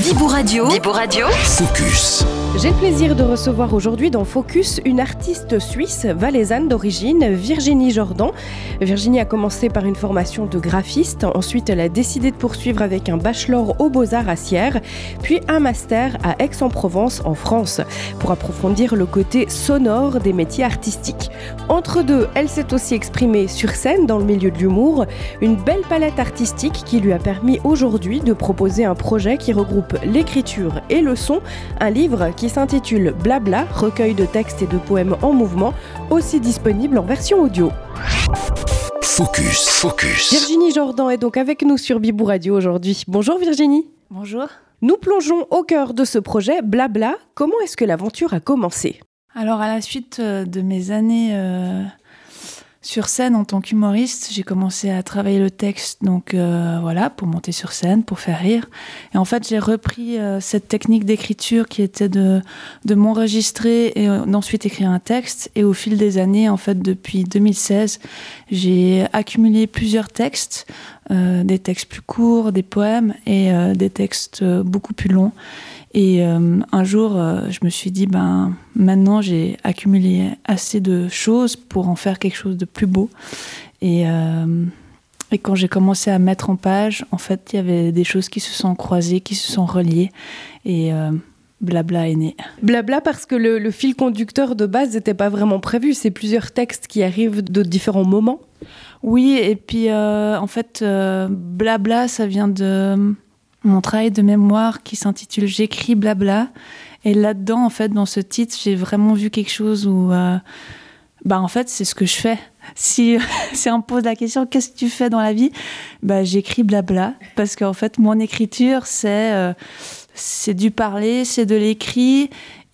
Bibou Radio. Bibou Radio. Focus. J'ai le plaisir de recevoir aujourd'hui dans Focus une artiste suisse valaisanne d'origine, Virginie Jordan. Virginie a commencé par une formation de graphiste. Ensuite, elle a décidé de poursuivre avec un bachelor aux Beaux-Arts à Sierre, puis un master à Aix-en-Provence en France, pour approfondir le côté sonore des métiers artistiques. Entre deux, elle s'est aussi exprimée sur scène dans le milieu de l'humour. Une belle palette artistique qui lui a permis aujourd'hui de proposer un projet qui regroupe l'écriture et le son, un livre qui s'intitule Blabla, recueil de textes et de poèmes en mouvement, aussi disponible en version audio. Focus. Virginie Jordan est donc avec nous sur Bibou Radio aujourd'hui. Bonjour Virginie. Bonjour. Nous plongeons au cœur de ce projet Blabla. Comment est-ce que l'aventure a commencé ? Alors à la suite de mes années sur scène en tant qu'humoriste, j'ai commencé à travailler le texte, donc pour monter sur scène, pour faire rire. Et en fait, j'ai repris cette technique d'écriture qui était de m'enregistrer et d'ensuite écrire un texte. Et au fil des années, en fait, depuis 2016, j'ai accumulé plusieurs textes, des textes plus courts, des poèmes et des textes beaucoup plus longs. Et un jour, je me suis dit, maintenant j'ai accumulé assez de choses pour en faire quelque chose de plus beau. Et quand j'ai commencé à mettre en page, en fait, il y avait des choses qui se sont croisées, qui se sont reliées. Et Blabla est né. Blabla parce que le fil conducteur de base n'était pas vraiment prévu. C'est plusieurs textes qui arrivent de différents moments. Oui, et puis en fait, Blabla, ça vient de mon travail de mémoire qui s'intitule « J'écris blabla ». Et là-dedans, en fait, dans ce titre, j'ai vraiment vu quelque chose où, en fait, c'est ce que je fais. Si on me pose la question « Qu'est-ce que tu fais dans la vie ?» J'écris blabla. Parce qu'en fait, mon écriture, c'est du parler, c'est de l'écrit.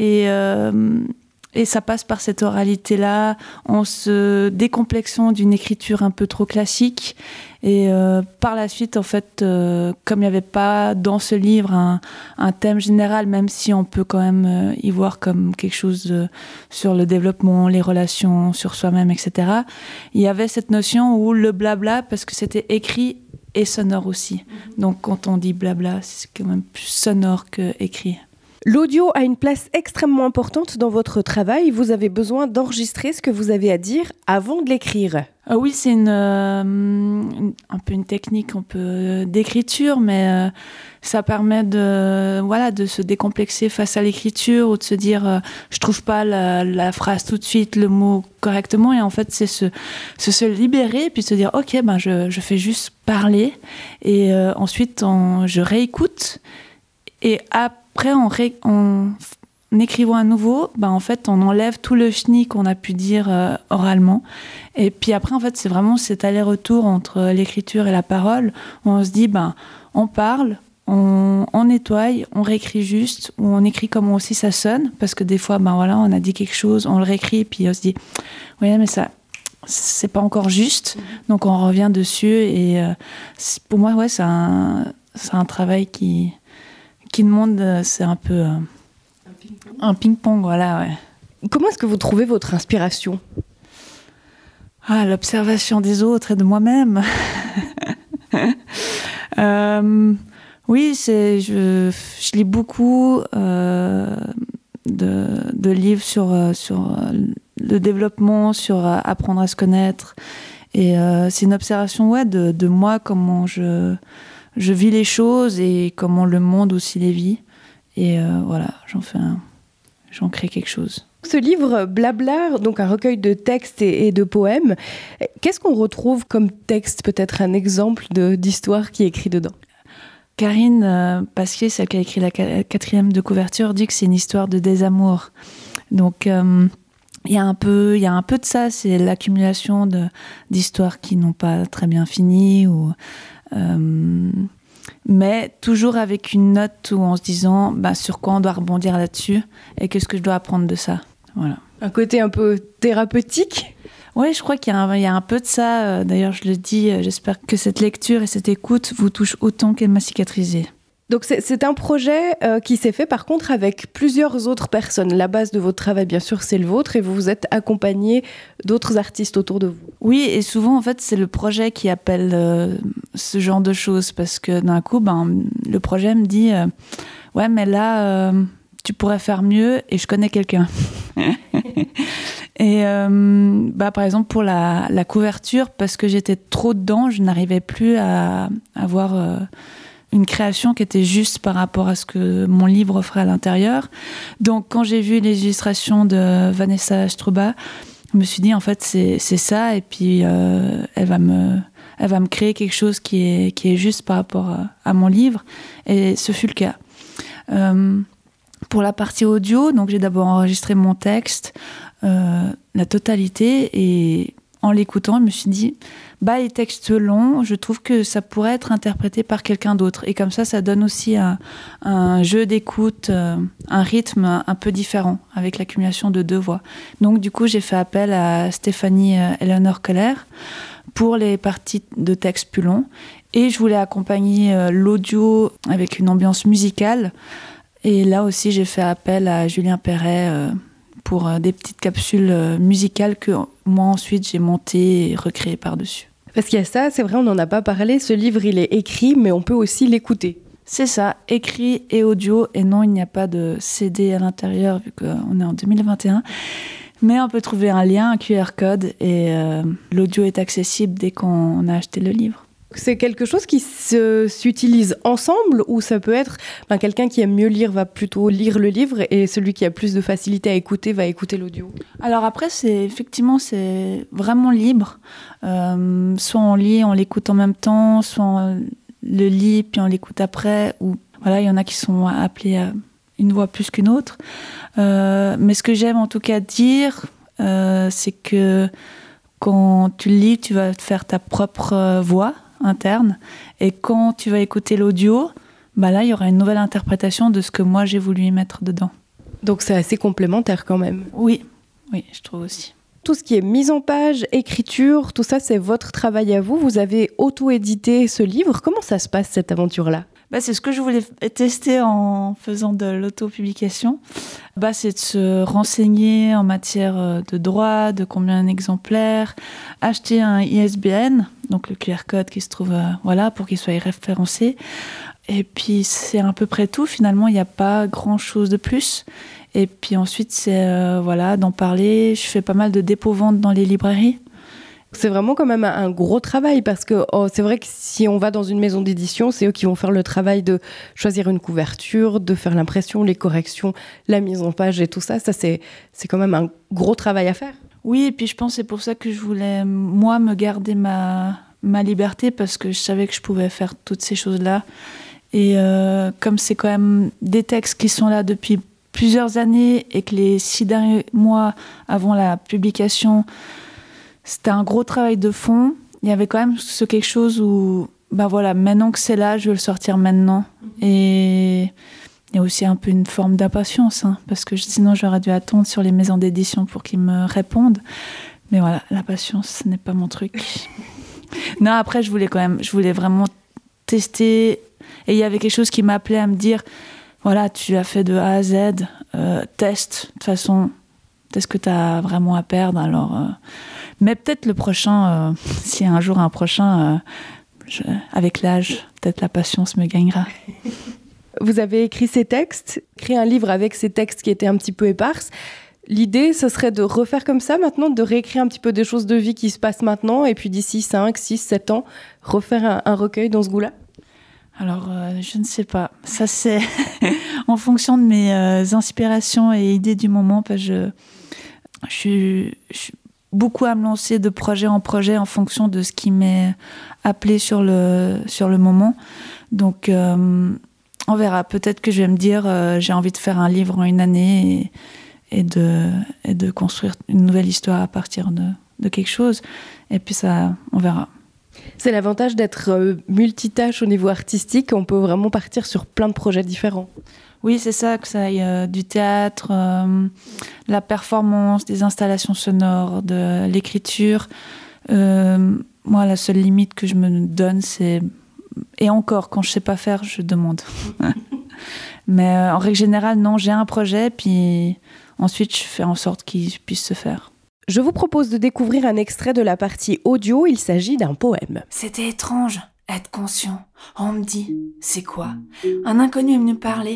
Et ça passe par cette oralité-là, en se décomplexant d'une écriture un peu trop classique. Et par la suite, en fait, comme il n'y avait pas dans ce livre un thème général, même si on peut quand même y voir comme quelque chose sur le développement, les relations, sur soi-même, etc., il y avait cette notion où le blabla, parce que c'était écrit et sonore aussi. Donc quand on dit blabla, c'est quand même plus sonore que écrit. L'audio a une place extrêmement importante dans votre travail. Vous avez besoin d'enregistrer ce que vous avez à dire avant de l'écrire. Oui, c'est un peu une technique d'écriture, mais ça permet de se décomplexer face à l'écriture ou de se dire je trouve pas la phrase tout de suite, le mot correctement. Et en fait, c'est se libérer puis se dire ok, je fais juste parler et ensuite je réécoute et après, en écrivant à nouveau, en fait, on enlève tout le chenille qu'on a pu dire oralement. Et puis après, en fait, c'est vraiment cet aller-retour entre l'écriture et la parole, où on se dit, on parle, on nettoie, on réécrit juste, ou on écrit comme aussi ça sonne, parce que des fois, on a dit quelque chose, on le réécrit, puis on se dit, oui, mais ça, c'est pas encore juste. Donc on revient dessus, et pour moi, c'est un travail qui demande, c'est un peu un ping-pong, voilà, ouais. Comment est-ce que vous trouvez votre inspiration ? L'observation des autres et de moi-même. Oui, je lis beaucoup de livres sur le développement, sur apprendre à se connaître. Et c'est une observation de moi, comment je vis les choses et comment le monde aussi les vit. Et j'en crée quelque chose. Ce livre, Blabla, donc un recueil de textes et de poèmes, qu'est-ce qu'on retrouve comme texte, peut-être un exemple d'histoire qui est écrit dedans ? Karine Pasquier, celle qui a écrit la 4e de couverture, dit que c'est une histoire de désamour. Donc, il y a un peu de ça, c'est l'accumulation d'histoires qui n'ont pas très bien fini mais toujours avec une note où en se disant sur quoi on doit rebondir là-dessus et qu'est-ce que je dois apprendre de ça. Voilà. Un côté un peu thérapeutique ? Oui, je crois qu'il y a un peu de ça. D'ailleurs, je le dis, j'espère que cette lecture et cette écoute vous touchent autant qu'elle m'a cicatrisé. Donc c'est un projet qui s'est fait par contre avec plusieurs autres personnes. La base de votre travail, bien sûr, c'est le vôtre et vous vous êtes accompagné d'autres artistes autour de vous. Oui, et souvent, en fait, c'est le projet qui appelle ce genre de choses parce que d'un coup, le projet me dit ouais, mais là, tu pourrais faire mieux et je connais quelqu'un. Et par exemple, pour la couverture, parce que j'étais trop dedans, je n'arrivais plus à avoir une création qui était juste par rapport à ce que mon livre offrait à l'intérieur. Donc, quand j'ai vu les illustrations de Vanessa Struba, je me suis dit, en fait, c'est ça. Et puis, elle va me créer quelque chose qui est juste par rapport à mon livre. Et ce fut le cas. Pour la partie audio, donc j'ai d'abord enregistré mon texte, la totalité, et en l'écoutant, je me suis dit, les textes longs, je trouve que ça pourrait être interprété par quelqu'un d'autre. Et comme ça donne aussi un jeu d'écoute, un rythme un peu différent, avec l'accumulation de 2 voix. Donc du coup, j'ai fait appel à Stéphanie Eleanor Keller pour les parties de texte plus longs. Et je voulais accompagner l'audio avec une ambiance musicale. Et là aussi, j'ai fait appel à Julien Perret pour des petites capsules musicales que moi, ensuite, j'ai montées et recréées par-dessus. Parce qu'il y a ça, c'est vrai, on n'en a pas parlé. Ce livre, il est écrit, mais on peut aussi l'écouter. C'est ça, écrit et audio. Et non, il n'y a pas de CD à l'intérieur, vu qu'on est en 2021. Mais on peut trouver un lien, un QR code, et l'audio est accessible dès qu'on a acheté le livre. C'est quelque chose qui s'utilise ensemble, ou ça peut être quelqu'un qui aime mieux lire va plutôt lire le livre et celui qui a plus de facilité à écouter va écouter l'audio? Alors après, c'est vraiment libre. Soit on lit, on l'écoute en même temps, soit on le lit puis on l'écoute après. Ou voilà, il y en a qui sont appelés à une voix plus qu'une autre. Mais ce que j'aime en tout cas dire, c'est que quand tu lis, tu vas te faire ta propre voix interne, et quand tu vas écouter l'audio, là il y aura une nouvelle interprétation de ce que moi j'ai voulu y mettre dedans. Donc c'est assez complémentaire quand même. Oui, je trouve aussi. Tout ce qui est mise en page, écriture, tout ça c'est votre travail à vous. Vous avez auto-édité ce livre. Comment ça se passe cette aventure-là? C'est ce que je voulais tester en faisant de l'auto-publication. C'est de se renseigner en matière de droit, de combien d'exemplaires, acheter un ISBN, donc le QR code qui se trouve pour qu'il soit référencé. Et puis c'est à peu près tout. Finalement, il n'y a pas grand-chose de plus. Et puis ensuite, c'est d'en parler. Je fais pas mal de dépôts-ventes dans les librairies. C'est vraiment quand même un gros travail, parce que c'est vrai que si on va dans une maison d'édition, c'est eux qui vont faire le travail de choisir une couverture, de faire l'impression, les corrections, la mise en page et tout ça. Ça, c'est quand même un gros travail à faire. Oui, et puis je pense que c'est pour ça que je voulais, moi, me garder ma liberté, parce que je savais que je pouvais faire toutes ces choses-là. Et comme c'est quand même des textes qui sont là depuis plusieurs années, et que les 6 derniers mois avant la publication, c'était un gros travail de fond. Il y avait quand même quelque chose où, maintenant que c'est là, je veux le sortir maintenant. Et il y a aussi un peu une forme d'impatience, parce que sinon j'aurais dû attendre sur les maisons d'édition pour qu'ils me répondent. Mais voilà, la patience, ce n'est pas mon truc. Non, après, je voulais vraiment tester. Et il y avait quelque chose qui m'appelait à me dire, tu l'as fait de A à Z, teste. De toute façon, est-ce que tu as vraiment à perdre? Alors, mais peut-être le prochain, s'il y a un jour un prochain, avec l'âge, peut-être la patience me gagnera. Vous avez écrit ces textes, créé un livre avec ces textes qui étaient un petit peu éparses. L'idée, ce serait de refaire comme ça maintenant, de réécrire un petit peu des choses de vie qui se passent maintenant, et puis d'ici 5, 6, 7 ans, refaire un recueil dans ce goût-là? Alors, je ne sais pas. Ça, c'est en fonction de mes inspirations et idées du moment, parce que je suis beaucoup à me lancer de projet en projet en fonction de ce qui m'est appelé sur le moment. Donc, on verra. Peut-être que je vais me dire, j'ai envie de faire un livre en une année et de construire une nouvelle histoire à partir de quelque chose. Et puis ça, on verra. C'est l'avantage d'être multitâche au niveau artistique. On peut vraiment partir sur plein de projets différents. Oui, c'est ça, que ça aille du théâtre, la performance, des installations sonores, de l'écriture. Moi, la seule limite que je me donne, c'est... Et encore, quand je ne sais pas faire, je demande. Mais en règle générale, non, j'ai un projet, puis ensuite, je fais en sorte qu'il puisse se faire. Je vous propose de découvrir un extrait de la partie audio. Il s'agit d'un poème. C'était étrange, être conscient. On me dit, c'est quoi? Un inconnu est venu parler.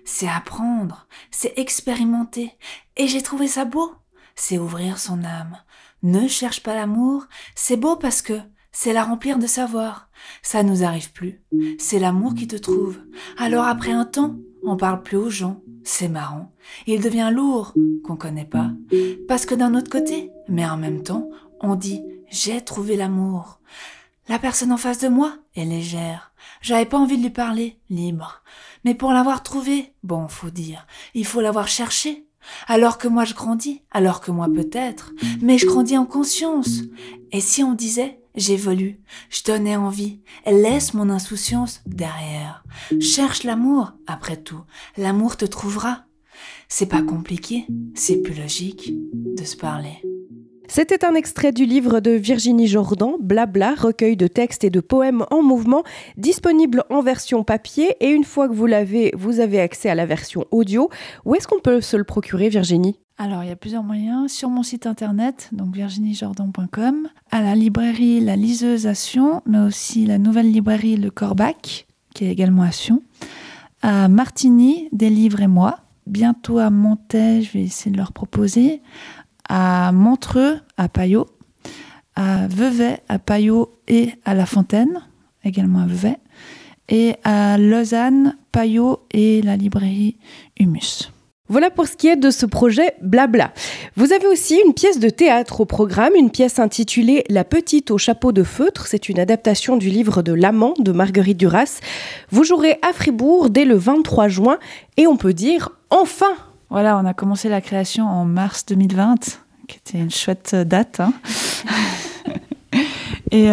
c'est apprendre, c'est expérimenter. Et j'ai trouvé ça beau, c'est ouvrir son âme. Ne cherche pas l'amour, c'est beau parce que c'est la remplir de savoir. Ça nous arrive plus, c'est l'amour qui te trouve. Alors après un temps, on parle plus aux gens, c'est marrant. Il devient lourd, qu'on connaît pas. Parce que d'un autre côté, mais en même temps, on dit « j'ai trouvé l'amour ». La personne en face de moi est légère. J'avais pas envie de lui parler, libre. Mais pour l'avoir trouvé, bon, faut dire, il faut l'avoir cherché. Alors que moi je grandis, alors que moi peut-être, mais je grandis en conscience. Et si on disait, j'évolue, je donnais envie, laisse mon insouciance derrière. Cherche l'amour, après tout, l'amour te trouvera. C'est pas compliqué, c'est plus logique de se parler. C'était un extrait du livre de Virginie Jordan, Blabla, recueil de textes et de poèmes en mouvement, disponible en version papier. Et une fois que vous l'avez, vous avez accès à la version audio. Où est-ce qu'on peut se le procurer, Virginie ? Alors, il y a plusieurs moyens. Sur mon site internet, donc virginiejordan.com, à la librairie La Liseuse à Sion, mais aussi la nouvelle librairie Le Corbac, qui est également à Sion, à Martigny, Des Livres et Moi, bientôt à Montaix, je vais essayer de leur proposer, à Montreux, à Paillot, à Vevey, à Paillot et à La Fontaine, également à Vevey, et à Lausanne, Paillot et la librairie Humus. Voilà pour ce qui est de ce projet Blabla. Vous avez aussi une pièce de théâtre au programme, une pièce intitulée La petite au chapeau de feutre. C'est une adaptation du livre de L'amant de Marguerite Duras. Vous jouerez à Fribourg dès le 23 juin et on peut dire enfin. Voilà, on a commencé la création en mars 2020, qui était une chouette date. Et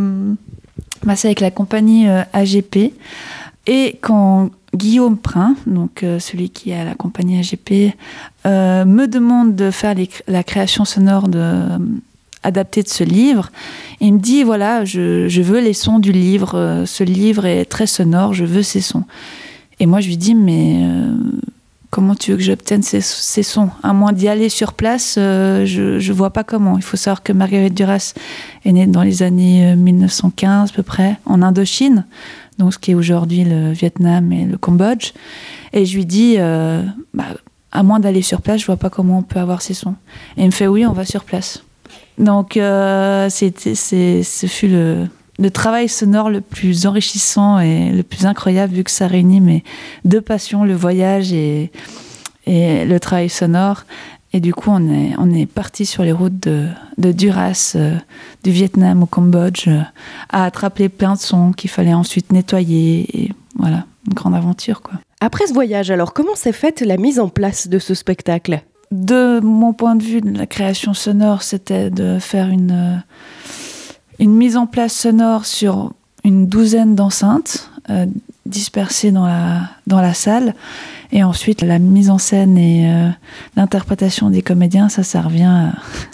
c'est avec la compagnie AGP. Et quand Guillaume Prin, donc celui qui est à la compagnie AGP, me demande de faire la création sonore adaptée de ce livre, il me dit, voilà, je veux les sons du livre. Ce livre est très sonore, je veux ces sons. Et moi, je lui dis, mais... comment tu veux que j'obtienne ces sons ? À moins d'y aller sur place, je vois pas comment. Il faut savoir que Marguerite Duras est née dans les années 1915 à peu près, en Indochine, donc ce qui est aujourd'hui le Vietnam et le Cambodge. Et je lui dis, à moins d'aller sur place, je vois pas comment on peut avoir ces sons. Et il me fait, oui, on va sur place. Donc ce fut le travail sonore le plus enrichissant et le plus incroyable, vu que ça réunit mes deux passions, le voyage et le travail sonore. Et du coup, on est parti sur les routes de Duras, du Vietnam au Cambodge, à attraper plein de sons qu'il fallait ensuite nettoyer. Et voilà, une grande aventure, quoi. Après ce voyage, alors, comment s'est faite la mise en place de ce spectacle ? De mon point de vue de la création sonore, c'était de faire une mise en place sonore sur une douzaine d'enceintes dispersées dans la salle. Et ensuite, la mise en scène et l'interprétation des comédiens, ça revient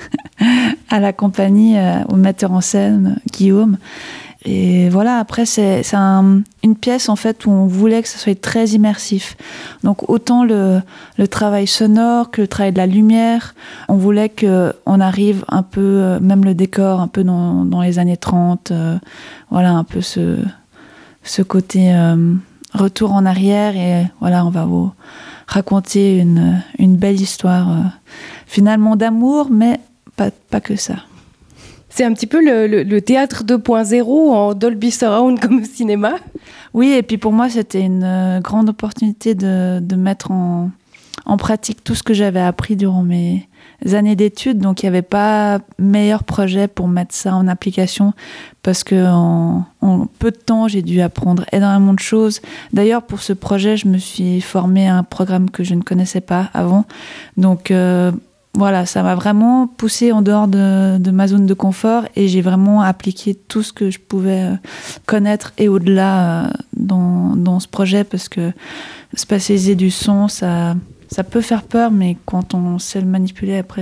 à la compagnie, au metteur en scène, Guillaume. Et voilà, après, c'est une pièce en fait où on voulait que ça soit très immersif. Donc autant le travail sonore que le travail de la lumière, on voulait qu'on arrive un peu, même le décor, un peu dans les années 30, voilà, un peu ce côté retour en arrière. Et voilà, on va vous raconter une belle histoire, finalement d'amour, mais pas que ça. C'est un petit peu le théâtre 2.0 en Dolby Surround comme au cinéma. Oui, et puis pour moi, c'était une grande opportunité de mettre en pratique tout ce que j'avais appris durant mes années d'études. Donc, il n'y avait pas meilleur projet pour mettre ça en application parce qu'en peu de temps, j'ai dû apprendre énormément de choses. D'ailleurs, pour ce projet, je me suis formée à un programme que je ne connaissais pas avant. Donc, voilà, ça m'a vraiment poussée en dehors de ma zone de confort et j'ai vraiment appliqué tout ce que je pouvais connaître et au-delà dans ce projet parce que spatialiser du son, ça peut faire peur, mais quand on sait le manipuler, après,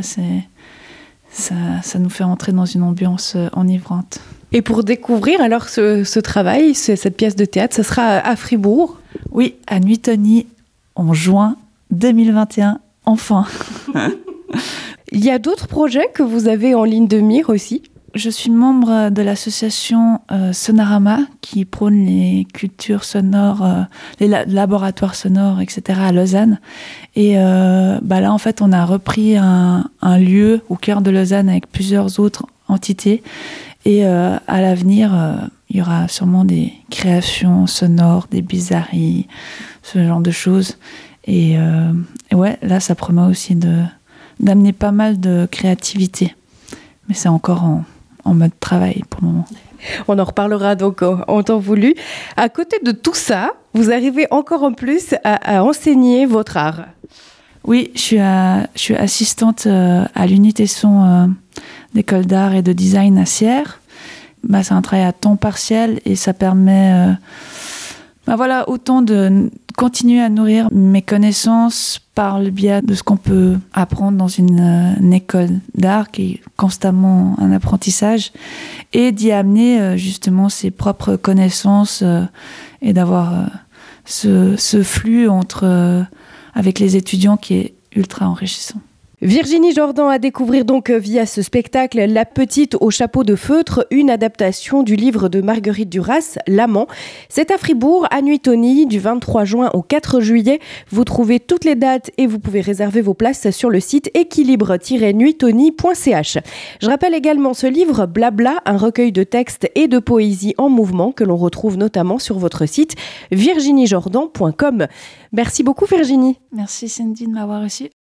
ça nous fait entrer dans une ambiance enivrante. Et pour découvrir alors ce travail, cette pièce de théâtre, ça sera à Fribourg ? Oui, à Nuitoni, en juin 2021, enfin. Il y a d'autres projets que vous avez en ligne de mire aussi ? Je suis membre de l'association Sonorama qui prône les cultures sonores, les laboratoires sonores, etc. à Lausanne. Et là, en fait, on a repris un lieu au cœur de Lausanne avec plusieurs autres entités. Et à l'avenir, il y aura sûrement des créations sonores, des bizarreries, ce genre de choses. Et ouais, là, ça promet aussi d'amener pas mal de créativité. Mais c'est encore en mode travail pour le moment. On en reparlera donc en temps voulu. À côté de tout ça, vous arrivez encore en plus à enseigner votre art. Oui, je suis assistante à l'unité son d'école d'art et de design à Sierre. C'est un travail à temps partiel et ça permet autant de continuer à nourrir mes connaissances par le biais de ce qu'on peut apprendre dans une école d'art qui est constamment un apprentissage et d'y amener justement ses propres connaissances et d'avoir ce flux avec les étudiants qui est ultra enrichissant. Virginie Jordan à découvrir donc via ce spectacle La petite au chapeau de feutre, une adaptation du livre de Marguerite Duras, L'amant. C'est à Fribourg, à Nuitoni, du 23 juin au 4 juillet. Vous trouvez toutes les dates et vous pouvez réserver vos places sur le site équilibre-nuitoni.ch. Je rappelle également ce livre Blabla, un recueil de textes et de poésie en mouvement que l'on retrouve notamment sur votre site virginiejordan.com. Merci beaucoup Virginie. Merci Cindy de m'avoir reçue.